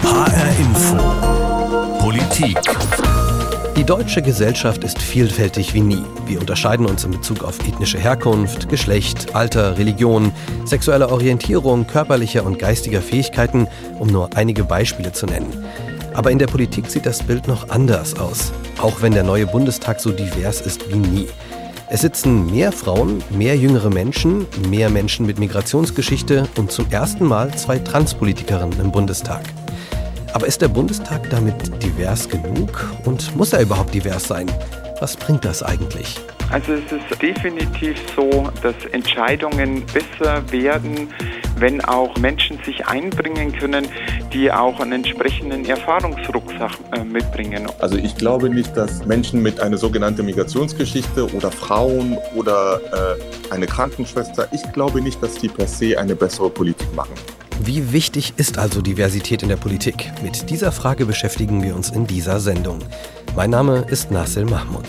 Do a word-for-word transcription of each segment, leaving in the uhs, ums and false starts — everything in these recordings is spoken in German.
H R Info Politik. Die deutsche Gesellschaft ist vielfältig wie nie. Wir unterscheiden uns in Bezug auf ethnische Herkunft, Geschlecht, Alter, Religion, sexuelle Orientierung, körperlicher und geistiger Fähigkeiten, um nur einige Beispiele zu nennen. Aber in der Politik sieht das Bild noch anders aus, auch wenn der neue Bundestag so divers ist wie nie. Es sitzen mehr Frauen, mehr jüngere Menschen, mehr Menschen mit Migrationsgeschichte und zum ersten Mal zwei Transpolitikerinnen im Bundestag. Aber ist der Bundestag damit divers genug? Und muss er überhaupt divers sein? Was bringt das eigentlich? Also es ist definitiv so, dass Entscheidungen besser werden, wenn auch Menschen sich einbringen können, die auch einen entsprechenden Erfahrungsrucksack äh, mitbringen. Also ich glaube nicht, dass Menschen mit einer sogenannten Migrationsgeschichte oder Frauen oder äh, eine Krankenschwester, ich glaube nicht, dass die per se eine bessere Politik machen. Wie wichtig ist also Diversität in der Politik? Mit dieser Frage beschäftigen wir uns in dieser Sendung. Mein Name ist Nasil Mahmoud.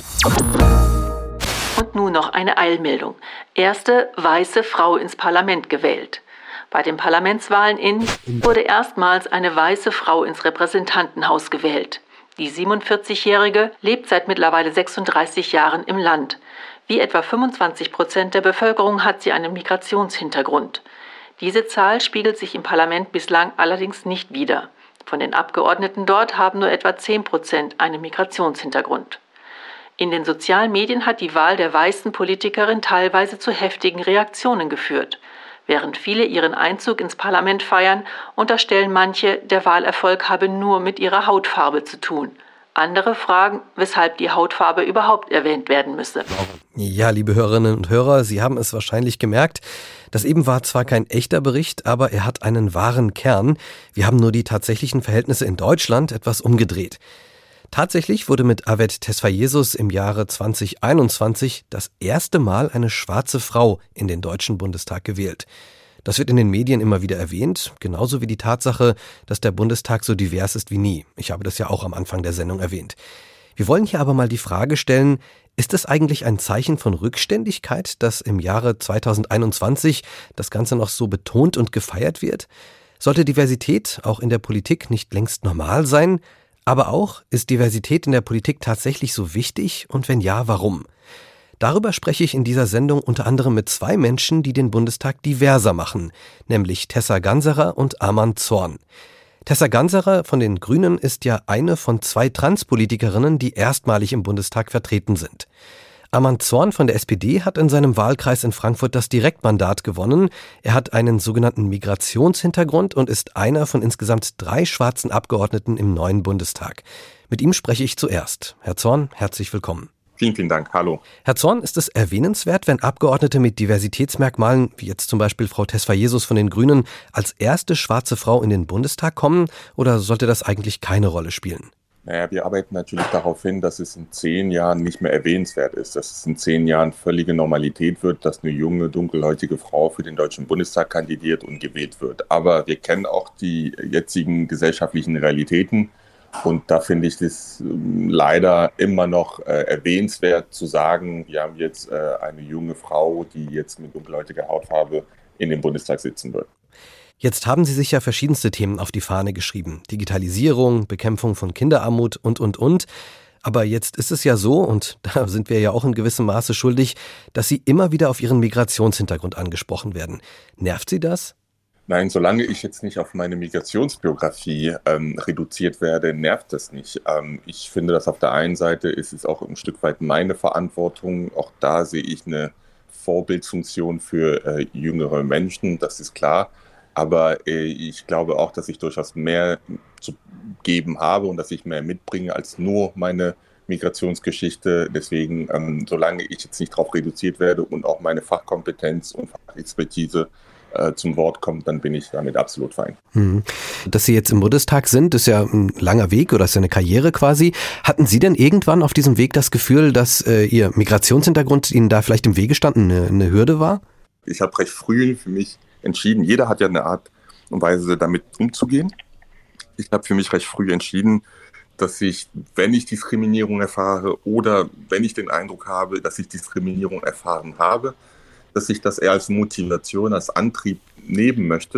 Und nun noch eine Eilmeldung. Erste weiße Frau ins Parlament gewählt. Bei den Parlamentswahlen in wurde erstmals eine weiße Frau ins Repräsentantenhaus gewählt. Die siebenundvierzigjährige lebt seit mittlerweile sechsunddreißig Jahren im Land. Wie etwa fünfundzwanzig Prozent der Bevölkerung hat sie einen Migrationshintergrund. Diese Zahl spiegelt sich im Parlament bislang allerdings nicht wider. Von den Abgeordneten dort haben nur etwa zehn Prozent einen Migrationshintergrund. In den sozialen Medien hat die Wahl der weißen Politikerin teilweise zu heftigen Reaktionen geführt. Während viele ihren Einzug ins Parlament feiern, unterstellen manche, der Wahlerfolg habe nur mit ihrer Hautfarbe zu tun. Andere fragen, weshalb die Hautfarbe überhaupt erwähnt werden müsse. Ja, liebe Hörerinnen und Hörer, Sie haben es wahrscheinlich gemerkt. Das eben war zwar kein echter Bericht, aber er hat einen wahren Kern. Wir haben nur die tatsächlichen Verhältnisse in Deutschland etwas umgedreht. Tatsächlich wurde mit Avet Tesfayesus im Jahre zweitausendeinundzwanzig das erste Mal eine schwarze Frau in den Deutschen Bundestag gewählt. Das wird in den Medien immer wieder erwähnt, genauso wie die Tatsache, dass der Bundestag so divers ist wie nie. Ich habe das ja auch am Anfang der Sendung erwähnt. Wir wollen hier aber mal die Frage stellen, ist es eigentlich ein Zeichen von Rückständigkeit, dass im Jahre zweitausendeinundzwanzig das Ganze noch so betont und gefeiert wird? Sollte Diversität auch in der Politik nicht längst normal sein? Aber auch, ist Diversität in der Politik tatsächlich so wichtig und wenn ja, warum? Darüber spreche ich in dieser Sendung unter anderem mit zwei Menschen, die den Bundestag diverser machen, nämlich Tessa Ganserer und Arman Zorn. Tessa Ganserer von den Grünen ist ja eine von zwei Transpolitikerinnen, die erstmalig im Bundestag vertreten sind. Arman Zorn von der S P D hat in seinem Wahlkreis in Frankfurt das Direktmandat gewonnen. Er hat einen sogenannten Migrationshintergrund und ist einer von insgesamt drei schwarzen Abgeordneten im neuen Bundestag. Mit ihm spreche ich zuerst. Herr Zorn, herzlich willkommen. Vielen, vielen Dank. Hallo. Herr Zorn, ist es erwähnenswert, wenn Abgeordnete mit Diversitätsmerkmalen, wie jetzt zum Beispiel Frau Tesfayesus von den Grünen, als erste schwarze Frau in den Bundestag kommen? Oder sollte das eigentlich keine Rolle spielen? Naja, wir arbeiten natürlich darauf hin, dass es in zehn Jahren nicht mehr erwähnenswert ist, dass es in zehn Jahren völlige Normalität wird, dass eine junge, dunkelhäutige Frau für den Deutschen Bundestag kandidiert und gewählt wird. Aber wir kennen auch die jetzigen gesellschaftlichen Realitäten. Und da finde ich es leider immer noch äh, erwähnenswert zu sagen, wir haben jetzt äh, eine junge Frau, die jetzt mit dunkelhäutiger Hautfarbe in dem Bundestag sitzen wird. Jetzt haben Sie sich ja verschiedenste Themen auf die Fahne geschrieben. Digitalisierung, Bekämpfung von Kinderarmut und, und, und. Aber jetzt ist es ja so, und da sind wir ja auch in gewissem Maße schuldig, dass Sie immer wieder auf Ihren Migrationshintergrund angesprochen werden. Nervt Sie das? Nein, solange ich jetzt nicht auf meine Migrationsbiografie ähm, reduziert werde, nervt das nicht. Ähm, ich finde, dass auf der einen Seite ist es auch ein Stück weit meine Verantwortung. Auch da sehe ich eine Vorbildfunktion für äh, jüngere Menschen, das ist klar. Aber äh, ich glaube auch, dass ich durchaus mehr zu geben habe und dass ich mehr mitbringe als nur meine Migrationsgeschichte. Deswegen, ähm, solange ich jetzt nicht darauf reduziert werde und auch meine Fachkompetenz und Fachexpertise zum Wort kommt, dann bin ich damit absolut fein. Hm. Dass Sie jetzt im Bundestag sind, ist ja ein langer Weg oder ist ja eine Karriere quasi. Hatten Sie denn irgendwann auf diesem Weg das Gefühl, dass äh, Ihr Migrationshintergrund Ihnen da vielleicht im Wege stand, eine, eine Hürde war? Ich habe recht früh für mich entschieden, jeder hat ja eine Art und Weise damit umzugehen. Ich habe für mich recht früh entschieden, dass ich, wenn ich Diskriminierung erfahre oder wenn ich den Eindruck habe, dass ich Diskriminierung erfahren habe, dass ich das eher als Motivation, als Antrieb nehmen möchte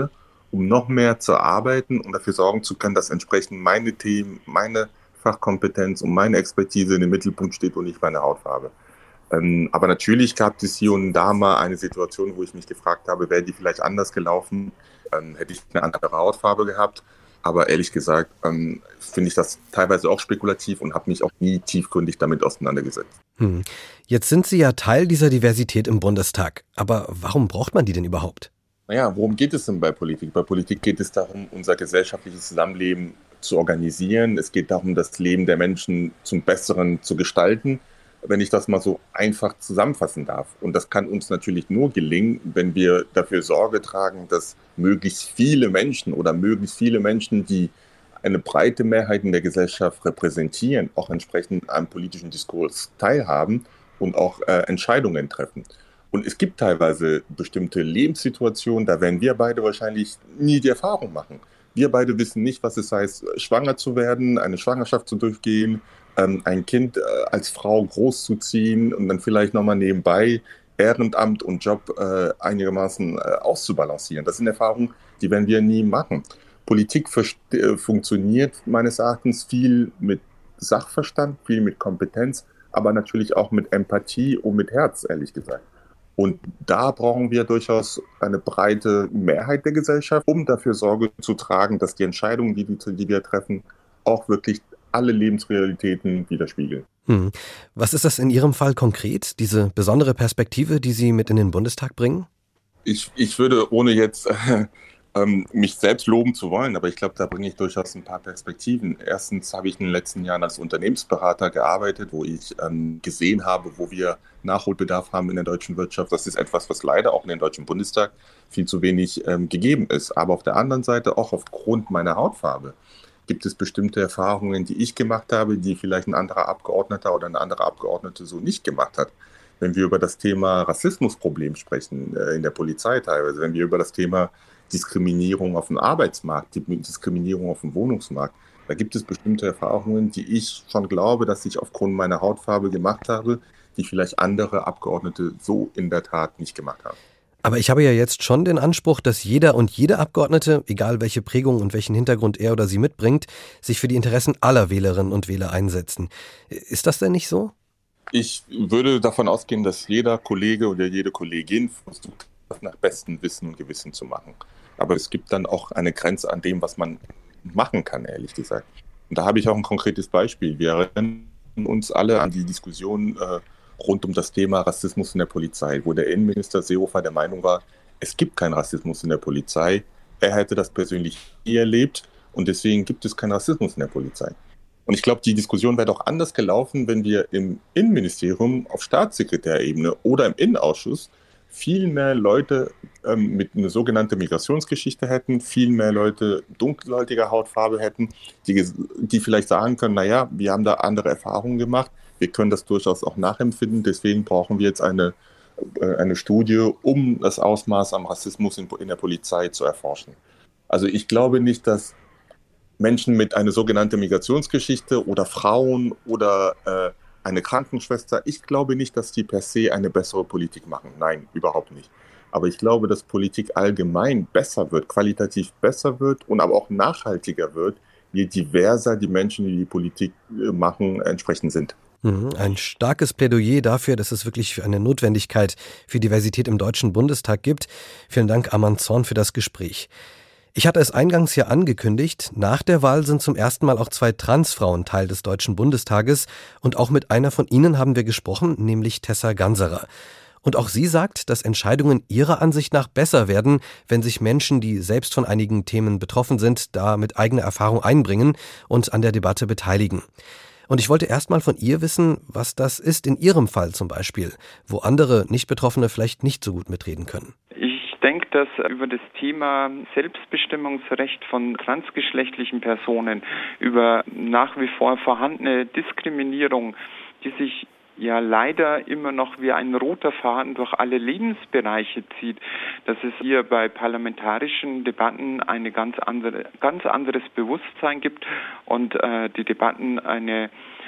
um noch mehr zu arbeiten und dafür sorgen zu können, dass entsprechend meine Themen, meine Fachkompetenz und meine Expertise in den Mittelpunkt steht und nicht meine Hautfarbe. Ähm, aber natürlich gab es hier und da mal eine Situation, wo ich mich gefragt habe, wäre die vielleicht anders gelaufen, ähm, hätte ich eine andere Hautfarbe gehabt. Aber ehrlich gesagt ähm, finde ich das teilweise auch spekulativ und habe mich auch nie tiefgründig damit auseinandergesetzt. Hm. Jetzt sind Sie ja Teil dieser Diversität im Bundestag. Aber warum braucht man die denn überhaupt? Naja, worum geht es denn bei Politik? Bei Politik geht es darum, unser gesellschaftliches Zusammenleben zu organisieren. Es geht darum, das Leben der Menschen zum Besseren zu gestalten, wenn ich das mal so einfach zusammenfassen darf. Und das kann uns natürlich nur gelingen, wenn wir dafür Sorge tragen, dass möglichst viele Menschen oder möglichst viele Menschen, die eine breite Mehrheit in der Gesellschaft repräsentieren, auch entsprechend am politischen Diskurs teilhaben und auch äh, Entscheidungen treffen. Und es gibt teilweise bestimmte Lebenssituationen, da werden wir beide wahrscheinlich nie die Erfahrung machen. Wir beide wissen nicht, was es heißt, schwanger zu werden, eine Schwangerschaft zu durchgehen, ähm, ein Kind äh, als Frau großzuziehen und dann vielleicht nochmal nebenbei Ehrenamt und Job äh, einigermaßen äh, auszubalancieren. Das sind Erfahrungen, die werden wir nie machen. Politik verste- äh, funktioniert meines Erachtens viel mit Sachverstand, viel mit Kompetenz, aber natürlich auch mit Empathie und mit Herz, ehrlich gesagt. Und da brauchen wir durchaus eine breite Mehrheit der Gesellschaft, um dafür Sorge zu tragen, dass die Entscheidungen, die, die wir treffen, auch wirklich alle Lebensrealitäten widerspiegeln. Hm. Was ist das in Ihrem Fall konkret, diese besondere Perspektive, die Sie mit in den Bundestag bringen? Ich, ich würde, ohne jetzt äh, ähm, mich selbst loben zu wollen, aber ich glaube, da bringe ich durchaus ein paar Perspektiven. Erstens habe ich in den letzten Jahren als Unternehmensberater gearbeitet, wo ich ähm, gesehen habe, wo wir Nachholbedarf haben in der deutschen Wirtschaft. Das ist etwas, was leider auch in den Deutschen Bundestag viel zu wenig ähm, gegeben ist. Aber auf der anderen Seite, auch aufgrund meiner Hautfarbe, gibt es bestimmte Erfahrungen, die ich gemacht habe, die vielleicht ein anderer Abgeordneter oder eine andere Abgeordnete so nicht gemacht hat. Wenn wir über das Thema Rassismusproblem sprechen, äh, in der Polizei teilweise, wenn wir über das Thema Diskriminierung auf dem Arbeitsmarkt, die Diskriminierung auf dem Wohnungsmarkt, da gibt es bestimmte Erfahrungen, die ich schon glaube, dass ich aufgrund meiner Hautfarbe gemacht habe, die vielleicht andere Abgeordnete so in der Tat nicht gemacht haben. Aber ich habe ja jetzt schon den Anspruch, dass jeder und jede Abgeordnete, egal welche Prägung und welchen Hintergrund er oder sie mitbringt, sich für die Interessen aller Wählerinnen und Wähler einsetzen. Ist das denn nicht so? Ich würde davon ausgehen, dass jeder Kollege oder jede Kollegin versucht, das nach bestem Wissen und Gewissen zu machen. Aber es gibt dann auch eine Grenze an dem, was man machen kann, ehrlich gesagt. Und da habe ich auch ein konkretes Beispiel. Wir erinnern uns alle an die Diskussion äh, rund um das Thema Rassismus in der Polizei, wo der Innenminister Seehofer der Meinung war, es gibt keinen Rassismus in der Polizei. Er hätte das persönlich nie erlebt und deswegen gibt es keinen Rassismus in der Polizei. Und ich glaube, die Diskussion wäre doch anders gelaufen, wenn wir im Innenministerium auf Staatssekretärebene oder im Innenausschuss viel mehr Leute ähm, mit einer sogenannten Migrationsgeschichte hätten, viel mehr Leute dunkelhäutiger Hautfarbe hätten, die, die vielleicht sagen können, naja, wir haben da andere Erfahrungen gemacht, wir können das durchaus auch nachempfinden, deswegen brauchen wir jetzt eine, äh, eine Studie, um das Ausmaß am Rassismus in, in der Polizei zu erforschen. Also ich glaube nicht, dass Menschen mit einer sogenannten Migrationsgeschichte oder Frauen oder äh, eine Krankenschwester, ich glaube nicht, dass die per se eine bessere Politik machen. Nein, überhaupt nicht. Aber ich glaube, dass Politik allgemein besser wird, qualitativ besser wird und aber auch nachhaltiger wird, je diverser die Menschen, die die Politik machen, entsprechend sind. Ein starkes Plädoyer dafür, dass es wirklich eine Notwendigkeit für Diversität im Deutschen Bundestag gibt. Vielen Dank, Arman Zorn, für das Gespräch. Ich hatte es eingangs ja angekündigt, nach der Wahl sind zum ersten Mal auch zwei Transfrauen Teil des Deutschen Bundestages und auch mit einer von ihnen haben wir gesprochen, nämlich Tessa Ganserer. Und auch sie sagt, dass Entscheidungen ihrer Ansicht nach besser werden, wenn sich Menschen, die selbst von einigen Themen betroffen sind, da mit eigener Erfahrung einbringen und an der Debatte beteiligen. Und ich wollte erst mal von ihr wissen, was das ist in ihrem Fall zum Beispiel, wo andere Nicht-Betroffene vielleicht nicht so gut mitreden können. Ich denke, dass über das Thema Selbstbestimmungsrecht von transgeschlechtlichen Personen, über nach wie vor vorhandene Diskriminierung, die sich ja leider immer noch wie ein roter Faden durch alle Lebensbereiche zieht, dass es hier bei parlamentarischen Debatten eine ganz andere, ganz anderes Bewusstsein gibt und äh, die Debatten eine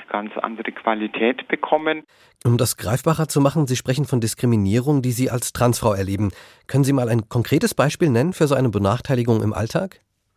ganz andere Qualität bekommen. Um das greifbarer zu machen, Sie sprechen von Diskriminierung, die Sie als Transfrau erleben. Können Sie mal ein konkretes Beispiel nennen für so eine Benachteiligung im Alltag?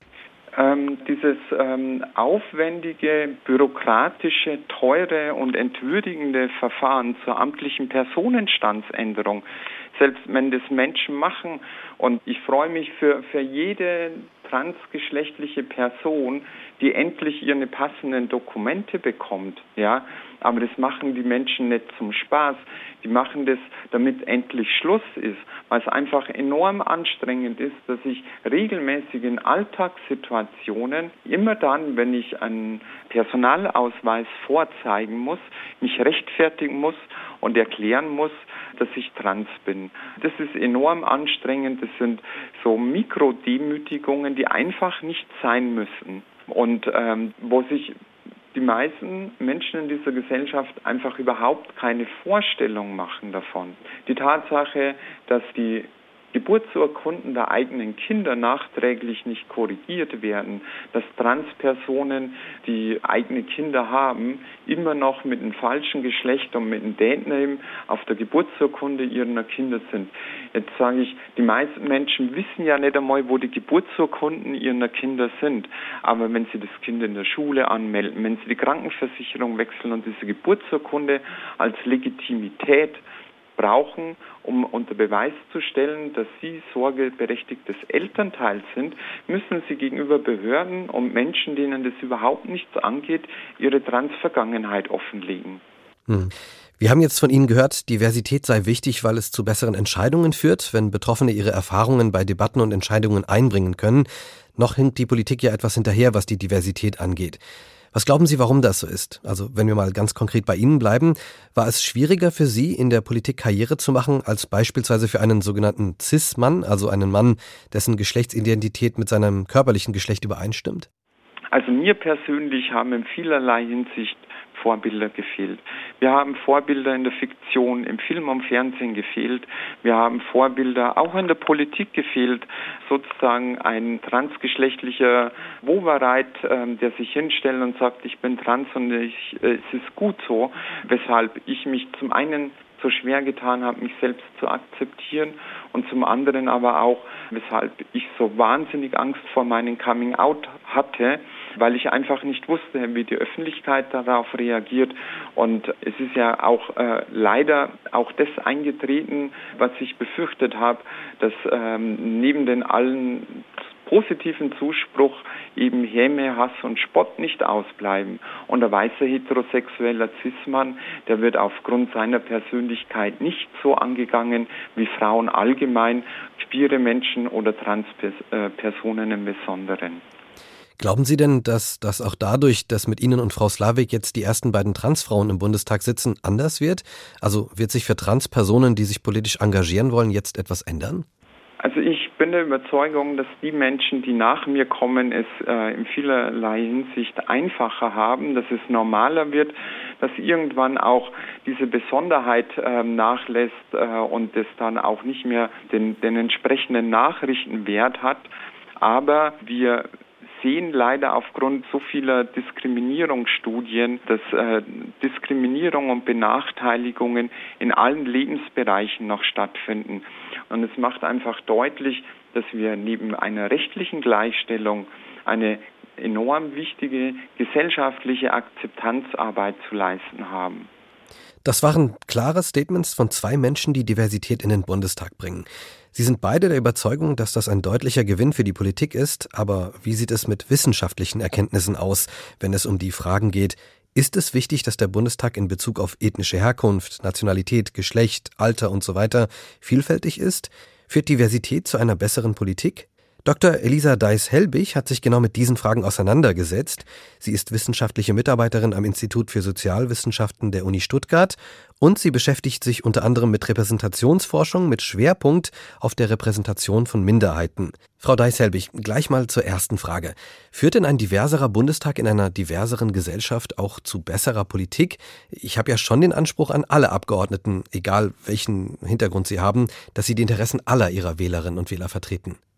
Ähm, dieses ähm, aufwendige, bürokratische, teure und entwürdigende Verfahren zur amtlichen Personenstandsänderung, selbst wenn das Menschen machen, und ich freue mich für, für jede transgeschlechtliche Person, die endlich ihre passenden Dokumente bekommt, ja, aber das machen die Menschen nicht zum Spaß, die machen das, damit endlich Schluss ist, weil es einfach enorm anstrengend ist, dass ich regelmäßig in Alltagssituationen, immer dann, wenn ich einen Personalausweis vorzeigen muss, mich rechtfertigen muss und erklären muss, dass ich trans bin. Das ist enorm anstrengend, das sind so Mikrodemütigungen, die einfach nicht sein müssen und ähm, wo sich die meisten Menschen in dieser Gesellschaft einfach überhaupt keine Vorstellung machen davon. Die Tatsache, dass die Geburtsurkunden der eigenen Kinder nachträglich nicht korrigiert werden, dass Transpersonen, die eigene Kinder haben, immer noch mit dem falschen Geschlecht und mit dem Date-Name auf der Geburtsurkunde ihrer Kinder sind. Jetzt sage ich, die meisten Menschen wissen ja nicht einmal, wo die Geburtsurkunden ihrer Kinder sind. Aber wenn sie das Kind in der Schule anmelden, wenn sie die Krankenversicherung wechseln und diese Geburtsurkunde als Legitimität brauchen, um unter Beweis zu stellen, dass sie sorgeberechtigtes Elternteil sind, müssen sie gegenüber Behörden und Menschen, denen das überhaupt nichts angeht, ihre Transvergangenheit offenlegen. Hm. Wir haben jetzt von Ihnen gehört, Diversität sei wichtig, weil es zu besseren Entscheidungen führt, wenn Betroffene ihre Erfahrungen bei Debatten und Entscheidungen einbringen können. Noch hinkt die Politik ja etwas hinterher, was die Diversität angeht. Was glauben Sie, warum das so ist? Also wenn wir mal ganz konkret bei Ihnen bleiben, war es schwieriger für Sie, in der Politik Karriere zu machen, als beispielsweise für einen sogenannten Cis-Mann, also einen Mann, dessen Geschlechtsidentität mit seinem körperlichen Geschlecht übereinstimmt? Also mir persönlich haben in vielerlei Hinsicht Vorbilder gefehlt. Wir haben Vorbilder in der Fiktion, im Film und Fernsehen gefehlt. Wir haben Vorbilder auch in der Politik gefehlt. Sozusagen ein transgeschlechtlicher Wovereit, ähm, der sich hinstellt und sagt, ich bin trans und ich, äh, es ist gut so. Weshalb ich mich zum einen so schwer getan habe, mich selbst zu akzeptieren und zum anderen aber auch, weshalb ich so wahnsinnig Angst vor meinem Coming-out hatte, weil ich einfach nicht wusste, wie die Öffentlichkeit darauf reagiert. Und es ist ja auch äh, leider auch das eingetreten, was ich befürchtet habe, dass ähm, neben den allen positiven Zuspruch eben Häme, Hass und Spott nicht ausbleiben. Und der weiße heterosexuelle Cis-Mann, der wird aufgrund seiner Persönlichkeit nicht so angegangen wie Frauen allgemein, queere Menschen oder Transpersonen im Besonderen. Glauben Sie denn, dass das auch dadurch, dass mit Ihnen und Frau Slavik jetzt die ersten beiden Transfrauen im Bundestag sitzen, anders wird? Also wird sich für Transpersonen, die sich politisch engagieren wollen, jetzt etwas ändern? Also ich bin der Überzeugung, dass die Menschen, die nach mir kommen, es äh, in vielerlei Hinsicht einfacher haben, dass es normaler wird, dass irgendwann auch diese Besonderheit äh, nachlässt äh, und es dann auch nicht mehr den, den entsprechenden Nachrichtenwert hat. Aber wir sehen leider aufgrund so vieler Diskriminierungsstudien, dass äh, Diskriminierung und Benachteiligungen in allen Lebensbereichen noch stattfinden. Und es macht einfach deutlich, dass wir neben einer rechtlichen Gleichstellung eine enorm wichtige gesellschaftliche Akzeptanzarbeit zu leisten haben. Das waren klare Statements von zwei Menschen, die Diversität in den Bundestag bringen. Sie sind beide der Überzeugung, dass das ein deutlicher Gewinn für die Politik ist. Aber wie sieht es mit wissenschaftlichen Erkenntnissen aus, wenn es um die Fragen geht? Ist es wichtig, dass der Bundestag in Bezug auf ethnische Herkunft, Nationalität, Geschlecht, Alter und so weiter vielfältig ist? Führt Diversität zu einer besseren Politik? Doktor Elisa Deiß-Helbig hat sich genau mit diesen Fragen auseinandergesetzt. Sie ist wissenschaftliche Mitarbeiterin am Institut für Sozialwissenschaften der Uni Stuttgart und sie beschäftigt sich unter anderem mit Repräsentationsforschung mit Schwerpunkt auf der Repräsentation von Minderheiten. Frau Deiß-Helbig, gleich mal zur ersten Frage. Führt denn ein diverserer Bundestag in einer diverseren Gesellschaft auch zu besserer Politik? Ich habe ja schon den Anspruch an alle Abgeordneten, egal welchen Hintergrund sie haben, dass sie die Interessen aller ihrer Wählerinnen und Wähler vertreten.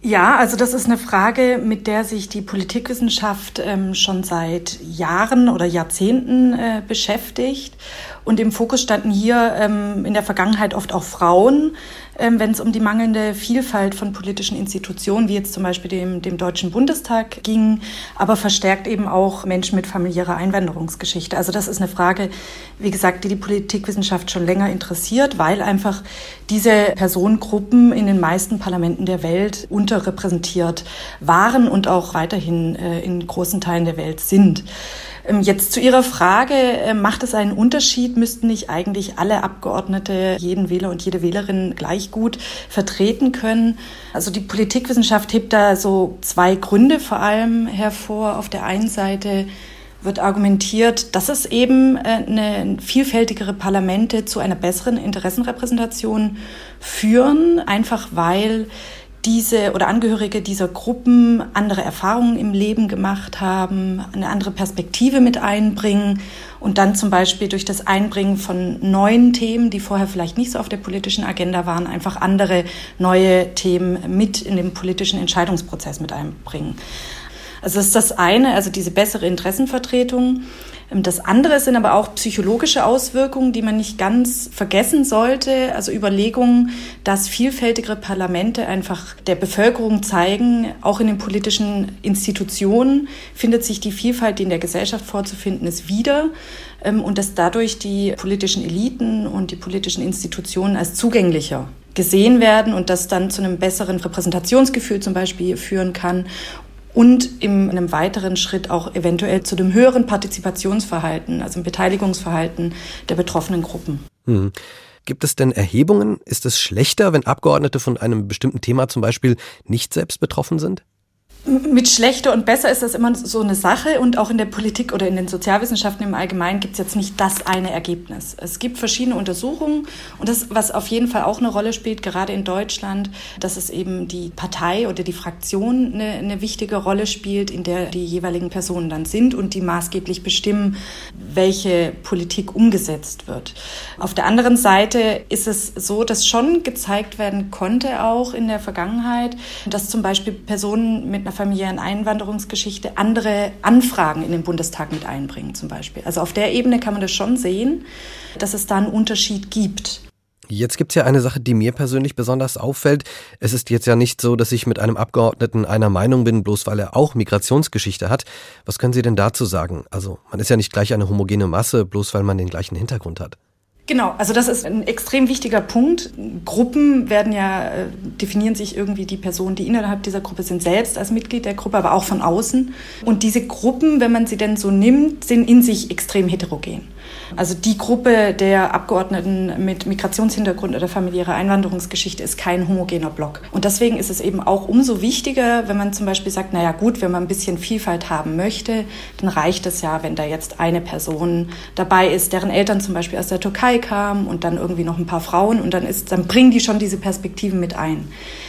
Ja, also das ist eine Frage, mit der sich die Politikwissenschaft ähm, schon seit Jahren oder Jahrzehnten äh, beschäftigt. Und im Fokus standen hier ähm, in der Vergangenheit oft auch Frauen, ähm, wenn es um die mangelnde Vielfalt von politischen Institutionen, wie jetzt zum Beispiel dem, dem Deutschen Bundestag ging, aber verstärkt eben auch Menschen mit familiärer Einwanderungsgeschichte. Also das ist eine Frage, wie gesagt, die die Politikwissenschaft schon länger interessiert, weil einfach diese Personengruppen in den meisten Parlamenten der Welt unterrepräsentiert waren und auch weiterhin äh, in großen Teilen der Welt sind. Jetzt zu Ihrer Frage, macht es einen Unterschied? Müssten nicht eigentlich alle Abgeordnete jeden Wähler und jede Wählerin gleich gut vertreten können? Also die Politikwissenschaft hebt da so zwei Gründe vor allem hervor. Auf der einen Seite wird argumentiert, dass es eben eine vielfältigere Parlamente zu einer besseren Interessenrepräsentation führen, einfach weil diese oder Angehörige dieser Gruppen andere Erfahrungen im Leben gemacht haben, eine andere Perspektive mit einbringen und dann zum Beispiel durch das Einbringen von neuen Themen, die vorher vielleicht nicht so auf der politischen Agenda waren, einfach andere neue Themen mit in den politischen Entscheidungsprozess mit einbringen. Also das ist das eine, also diese bessere Interessenvertretung. Das andere sind aber auch psychologische Auswirkungen, die man nicht ganz vergessen sollte. Also Überlegungen, dass vielfältigere Parlamente einfach der Bevölkerung zeigen, auch in den politischen Institutionen findet sich die Vielfalt, die in der Gesellschaft vorzufinden ist, wieder. Und dass dadurch die politischen Eliten und die politischen Institutionen als zugänglicher gesehen werden und das dann zu einem besseren Repräsentationsgefühl zum Beispiel führen kann. Und in einem weiteren Schritt auch eventuell zu dem höheren Partizipationsverhalten, also dem Beteiligungsverhalten der betroffenen Gruppen. Hm. Gibt es denn Erhebungen? Ist es schlechter, wenn Abgeordnete von einem bestimmten Thema zum Beispiel nicht selbst betroffen sind? Mit schlechter und besser ist das immer so eine Sache und auch in der Politik oder in den Sozialwissenschaften im Allgemeinen gibt es jetzt nicht das eine Ergebnis. Es gibt verschiedene Untersuchungen und das, was auf jeden Fall auch eine Rolle spielt, gerade in Deutschland, dass es eben die Partei oder die Fraktion eine, eine wichtige Rolle spielt, in der die jeweiligen Personen dann sind und die maßgeblich bestimmen, welche Politik umgesetzt wird. Auf der anderen Seite ist es so, dass schon gezeigt werden konnte, auch in der Vergangenheit, dass zum Beispiel Personen mit einer familiären Einwanderungsgeschichte andere Anfragen in den Bundestag mit einbringen zum Beispiel. Also auf der Ebene kann man das schon sehen, dass es da einen Unterschied gibt. Jetzt gibt es ja eine Sache, die mir persönlich besonders auffällt. Es ist jetzt ja nicht so, dass ich mit einem Abgeordneten einer Meinung bin, bloß weil er auch Migrationsgeschichte hat. Was können Sie denn dazu sagen? Also man ist ja nicht gleich eine homogene Masse, bloß weil man den gleichen Hintergrund hat. Genau, also das ist ein extrem wichtiger Punkt. Gruppen werden ja, äh, definieren sich irgendwie die Personen, die innerhalb dieser Gruppe sind, selbst als Mitglied der Gruppe, aber auch von außen. Und diese Gruppen, wenn man sie denn so nimmt, sind in sich extrem heterogen. Also die Gruppe der Abgeordneten mit Migrationshintergrund oder familiärer Einwanderungsgeschichte ist kein homogener Block. Und deswegen ist es eben auch umso wichtiger, wenn man zum Beispiel sagt, naja gut, wenn man ein bisschen Vielfalt haben möchte, dann reicht es ja, wenn da jetzt eine Person dabei ist, deren Eltern zum Beispiel aus der Türkei kamen und dann irgendwie noch ein paar Frauen und dann ist, dann bringen die schon diese Perspektiven mit ein.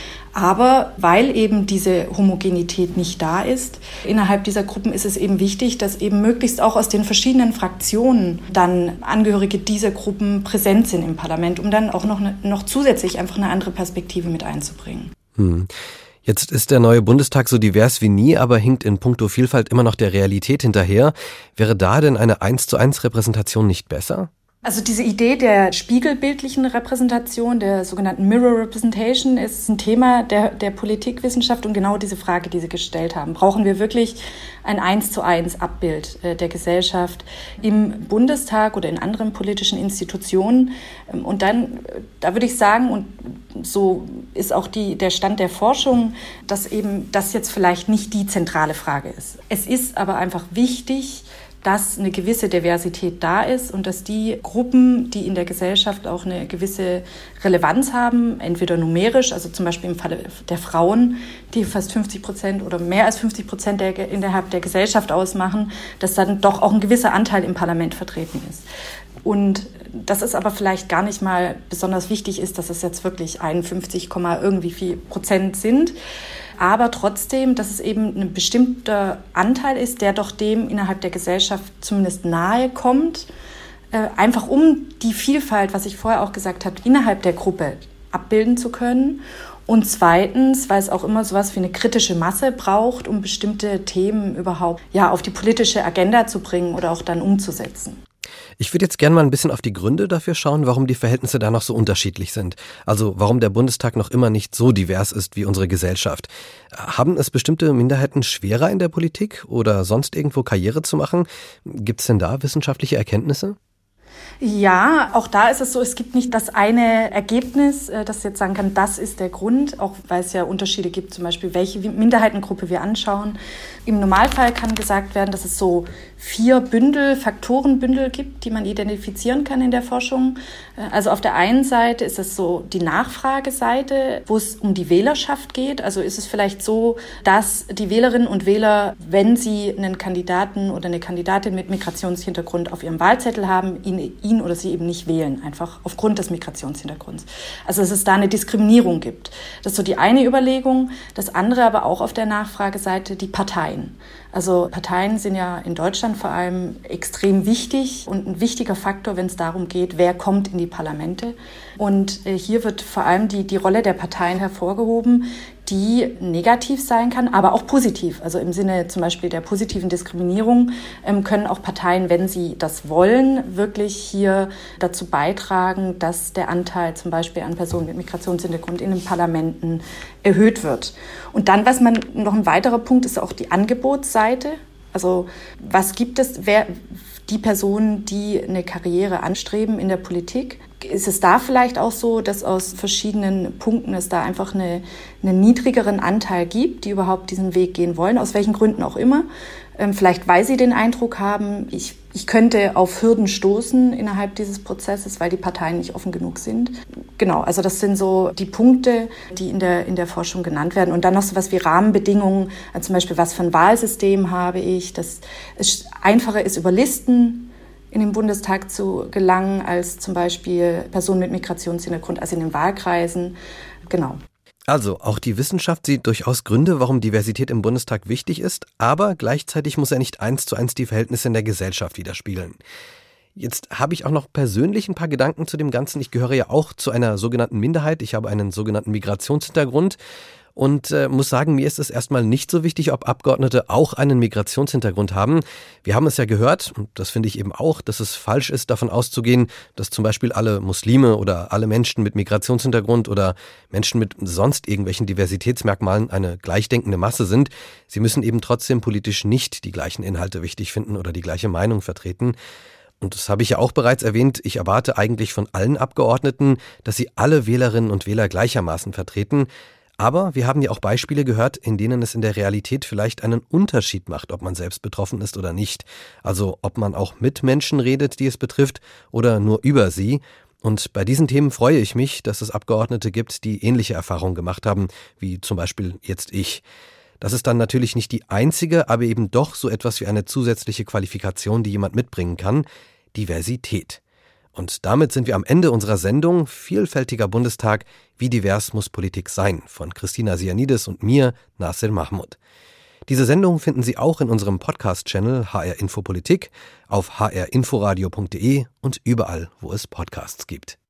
Aber weil eben diese Homogenität nicht da ist, innerhalb dieser Gruppen ist es eben wichtig, dass eben möglichst auch aus den verschiedenen Fraktionen dann Angehörige dieser Gruppen präsent sind im Parlament, um dann auch noch, eine, noch zusätzlich einfach eine andere Perspektive mit einzubringen. Hm. Jetzt ist der neue Bundestag so divers wie nie, aber hinkt in puncto Vielfalt immer noch der Realität hinterher. Wäre da denn eine eins zu eins Repräsentation nicht besser? Also diese Idee der spiegelbildlichen Repräsentation, der sogenannten Mirror Representation, ist ein Thema der, der Politikwissenschaft und genau diese Frage, die Sie gestellt haben. Brauchen wir wirklich ein eins zu eins Abbild äh, der Gesellschaft im Bundestag oder in anderen politischen Institutionen? Und dann, da würde ich sagen, und so ist auch die, der Stand der Forschung, dass eben das jetzt vielleicht nicht die zentrale Frage ist. Es ist aber einfach wichtig, dass eine gewisse Diversität da ist und dass die Gruppen, die in der Gesellschaft auch eine gewisse Relevanz haben, entweder numerisch, also zum Beispiel im Falle der Frauen, die fast fünfzig Prozent oder mehr als fünfzig Prozent der, innerhalb der Gesellschaft ausmachen, dass dann doch auch ein gewisser Anteil im Parlament vertreten ist. Und dass es aber vielleicht gar nicht mal besonders wichtig ist, dass es jetzt wirklich einundfünfzig, irgendwie viel Prozent sind, aber trotzdem, dass es eben ein bestimmter Anteil ist, der doch dem innerhalb der Gesellschaft zumindest nahe kommt, äh, einfach um die Vielfalt, was ich vorher auch gesagt habe, innerhalb der Gruppe abbilden zu können Und zweitens, weil es auch immer sowas wie eine kritische Masse braucht, um bestimmte Themen überhaupt ja, auf die politische Agenda zu bringen oder auch dann umzusetzen. Ich würde jetzt gerne mal ein bisschen auf die Gründe dafür schauen, warum die Verhältnisse da noch so unterschiedlich sind. Also warum der Bundestag noch immer nicht so divers ist wie unsere Gesellschaft. Haben es bestimmte Minderheiten schwerer in der Politik oder sonst irgendwo Karriere zu machen? Gibt es denn da wissenschaftliche Erkenntnisse? Ja, auch da ist es so, es gibt nicht das eine Ergebnis, das jetzt sagen kann, das ist der Grund, auch weil es ja Unterschiede gibt, zum Beispiel, welche Minderheitengruppe wir anschauen. Im Normalfall kann gesagt werden, dass es so vier Bündel, Faktorenbündel gibt, die man identifizieren kann in der Forschung. Also auf der einen Seite ist es so die Nachfrageseite, wo es um die Wählerschaft geht. Also ist es vielleicht so, dass die Wählerinnen und Wähler, wenn sie einen Kandidaten oder eine Kandidatin mit Migrationshintergrund auf ihrem Wahlzettel haben, ihn, ihn oder sie eben nicht wählen, einfach aufgrund des Migrationshintergrunds. Also dass es da eine Diskriminierung gibt. Das ist so die eine Überlegung. Das andere aber auch auf der Nachfrageseite die Parteien. Also Parteien sind ja in Deutschland vor allem extrem wichtig und ein wichtiger Faktor, wenn es darum geht, wer kommt in die Parlamente. Und hier wird vor allem die, die Rolle der Parteien hervorgehoben, die negativ sein kann, aber auch positiv. Also im Sinne zum Beispiel der positiven Diskriminierung ähm, können auch Parteien, wenn sie das wollen, wirklich hier dazu beitragen, dass der Anteil zum Beispiel an Personen mit Migrationshintergrund in den Parlamenten erhöht wird. Und dann, was man noch ein weiterer Punkt ist, auch die Angebotsseite. Also was gibt es, wer die Personen, die eine Karriere anstreben in der Politik? Ist es da vielleicht auch so, dass aus verschiedenen Punkten es da einfach eine, einen niedrigeren Anteil gibt, die überhaupt diesen Weg gehen wollen, aus welchen Gründen auch immer? Ähm, vielleicht, weil sie den Eindruck haben, ich, ich könnte auf Hürden stoßen innerhalb dieses Prozesses, weil die Parteien nicht offen genug sind. Genau, also das sind so die Punkte, die in der, in der Forschung genannt werden. Und dann noch so was wie Rahmenbedingungen, also zum Beispiel, was für ein Wahlsystem habe ich, dass es einfacher ist, über Listen in den Bundestag zu gelangen, als zum Beispiel Personen mit Migrationshintergrund, also in den Wahlkreisen. Genau. Also, auch die Wissenschaft sieht durchaus Gründe, warum Diversität im Bundestag wichtig ist, aber gleichzeitig muss er nicht eins zu eins die Verhältnisse in der Gesellschaft widerspiegeln. Jetzt habe ich auch noch persönlich ein paar Gedanken zu dem Ganzen. Ich gehöre ja auch zu einer sogenannten Minderheit. Ich habe einen sogenannten Migrationshintergrund. Und äh, muss sagen, mir ist es erstmal nicht so wichtig, ob Abgeordnete auch einen Migrationshintergrund haben. Wir haben es ja gehört, und das finde ich eben auch, dass es falsch ist, davon auszugehen, dass zum Beispiel alle Muslime oder alle Menschen mit Migrationshintergrund oder Menschen mit sonst irgendwelchen Diversitätsmerkmalen eine gleichdenkende Masse sind. Sie müssen eben trotzdem politisch nicht die gleichen Inhalte wichtig finden oder die gleiche Meinung vertreten. Und das habe ich ja auch bereits erwähnt, ich erwarte eigentlich von allen Abgeordneten, dass sie alle Wählerinnen und Wähler gleichermaßen vertreten. Aber wir haben ja auch Beispiele gehört, in denen es in der Realität vielleicht einen Unterschied macht, ob man selbst betroffen ist oder nicht. Also ob man auch mit Menschen redet, die es betrifft, oder nur über sie. Und bei diesen Themen freue ich mich, dass es Abgeordnete gibt, die ähnliche Erfahrungen gemacht haben, wie zum Beispiel jetzt ich. Das ist dann natürlich nicht die einzige, aber eben doch so etwas wie eine zusätzliche Qualifikation, die jemand mitbringen kann: Diversität. Und damit sind wir am Ende unserer Sendung Vielfältiger Bundestag, wie divers muss Politik sein? Von Christina Sianides und mir, Nasser Mahmoud. Diese Sendung finden Sie auch in unserem Podcast-Channel H R Info Politik, auf h r inforadio punkt de und überall, wo es Podcasts gibt.